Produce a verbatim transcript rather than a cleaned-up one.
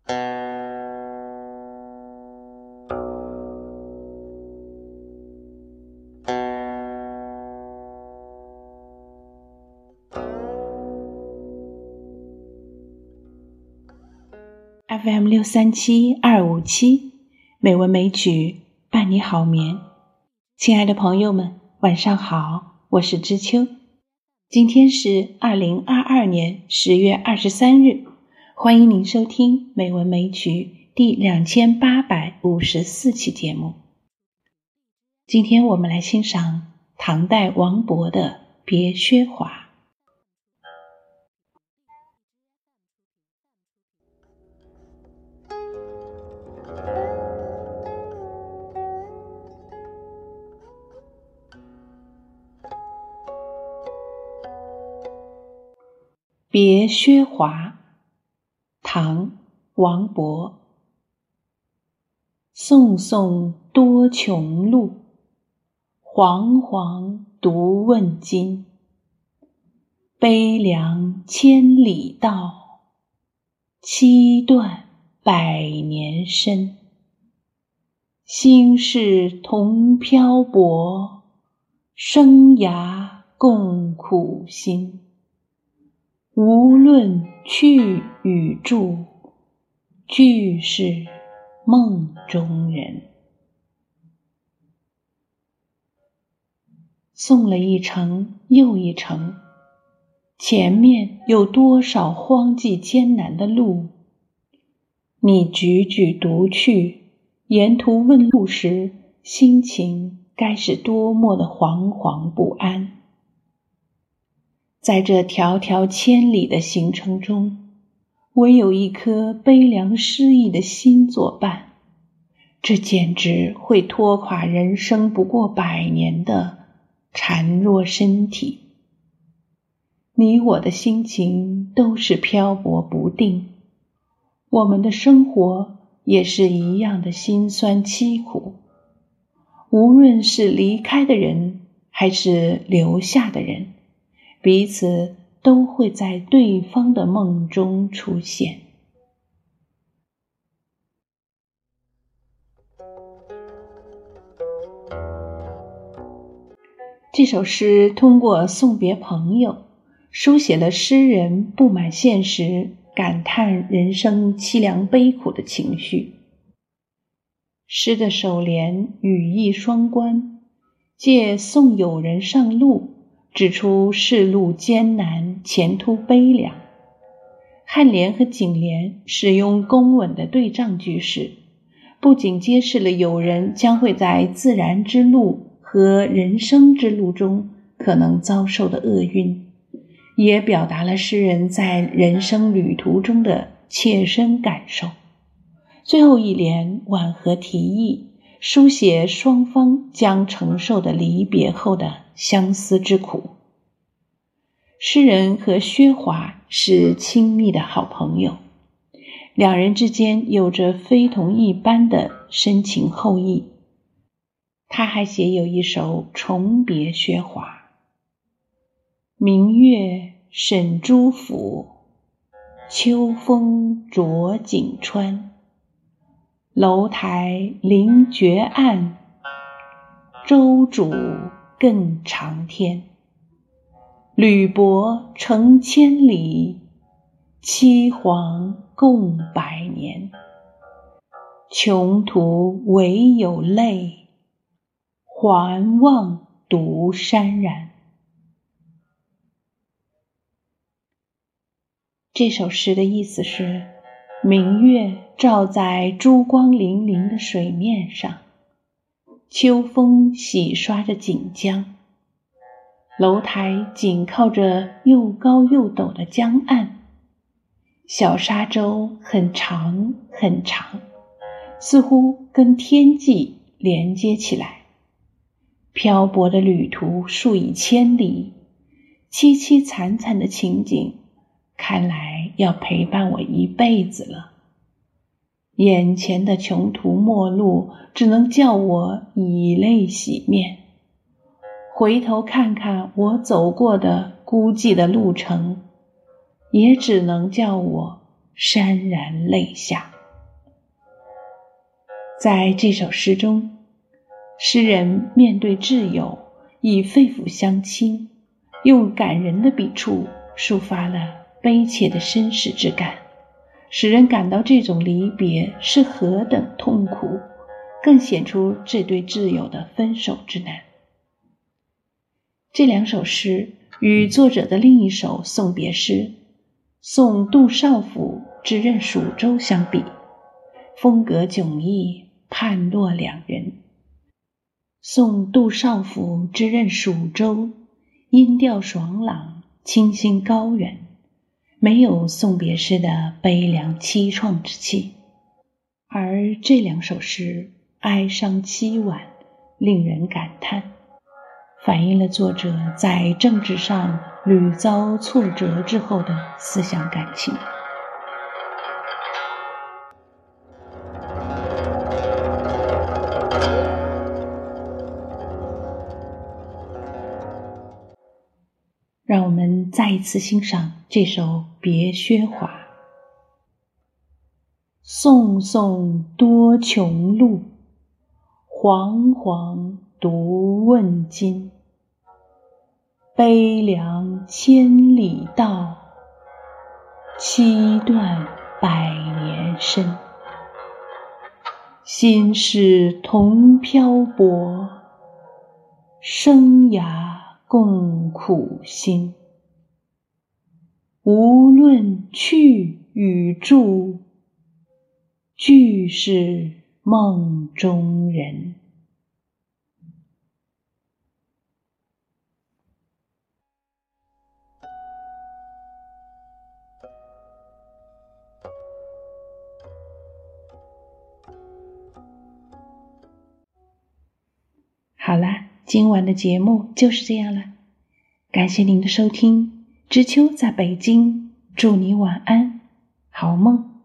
F M 六三七二五七，美文美曲伴你好眠。亲爱的朋友们，晚上好，我是知秋。今天是二零二二年十月二十三日，欢迎您收听美文美曲第两千八百五十四期节目。今天我们来欣赏唐代王勃的《别薛华》。别薛华，唐·王勃。宋宋多穷路，惶惶独问津。悲凉千里道，期断百年身。心事同漂泊，生涯共苦辛。无论去与住，俱是梦中人。送了一程又一程，前面有多少荒寂艰难的路，你踽踽独去，沿途问路时，心情该是多么的惶惶不安。在这迢迢千里的行程中，唯有一颗悲凉失意的心作伴，这简直会拖垮人生不过百年的孱弱身体。你我的心情都是漂泊不定，我们的生活也是一样的辛酸凄苦。无论是离开的人，还是留下的人，彼此都会在对方的梦中出现。这首诗通过送别朋友，书写了诗人不满现实，感叹人生凄凉悲苦的情绪。诗的首联语意双关，借送友人上路，指出世路艰难，前途悲凉。颔联和颈联使用工稳的对仗句式，不仅揭示了友人将会在自然之路和人生之路中可能遭受的厄运，也表达了诗人在人生旅途中的切身感受。最后一联婉和题意，书写双方将承受的离别后的相思之苦。诗人和薛华是亲密的好朋友，两人之间有着非同一般的深情厚谊。他还写有一首重别薛华。明月沈朱府，秋风着锦川。楼台临绝岸，舟渚更长天。履薄成千里，凄惶共百年。穷途唯有泪，还望独潸然。这首诗的意思是，明月照在珠光粼粼的水面上，秋风洗刷着锦江，楼台紧靠着又高又陡的江岸，小沙洲很长很长，似乎跟天际连接起来。漂泊的旅途数以千里，凄凄惨惨的情景，看来要陪伴我一辈子了。眼前的穷途末路，只能叫我以泪洗面。回头看看我走过的孤寂的路程，也只能叫我潸然泪下。 在这首诗中，诗人面对挚友，以肺腑相亲，用感人的笔触抒发了悲切的身世之感，使人感到这种离别是何等痛苦，更显出这对挚友的分手之难。这两首诗与作者的另一首送别诗送杜少府之任蜀州相比，风格迥异，判若两人。送杜少府之任蜀州，音调爽朗，清新高远，没有送别诗的悲凉凄怆之气，而这两首诗哀伤凄婉，令人感叹，反映了作者在政治上屡遭挫折之后的思想感情。让我们再一次欣赏这首《别薛华》。宋宋多穷路，惶惶独问津。悲凉千里道，凄断百年身。心事同漂泊，生涯共苦辛。无论去与住，俱是梦中人。好啦，今晚的节目就是这样了，感谢您的收听，知秋在北京，祝你晚安，好梦。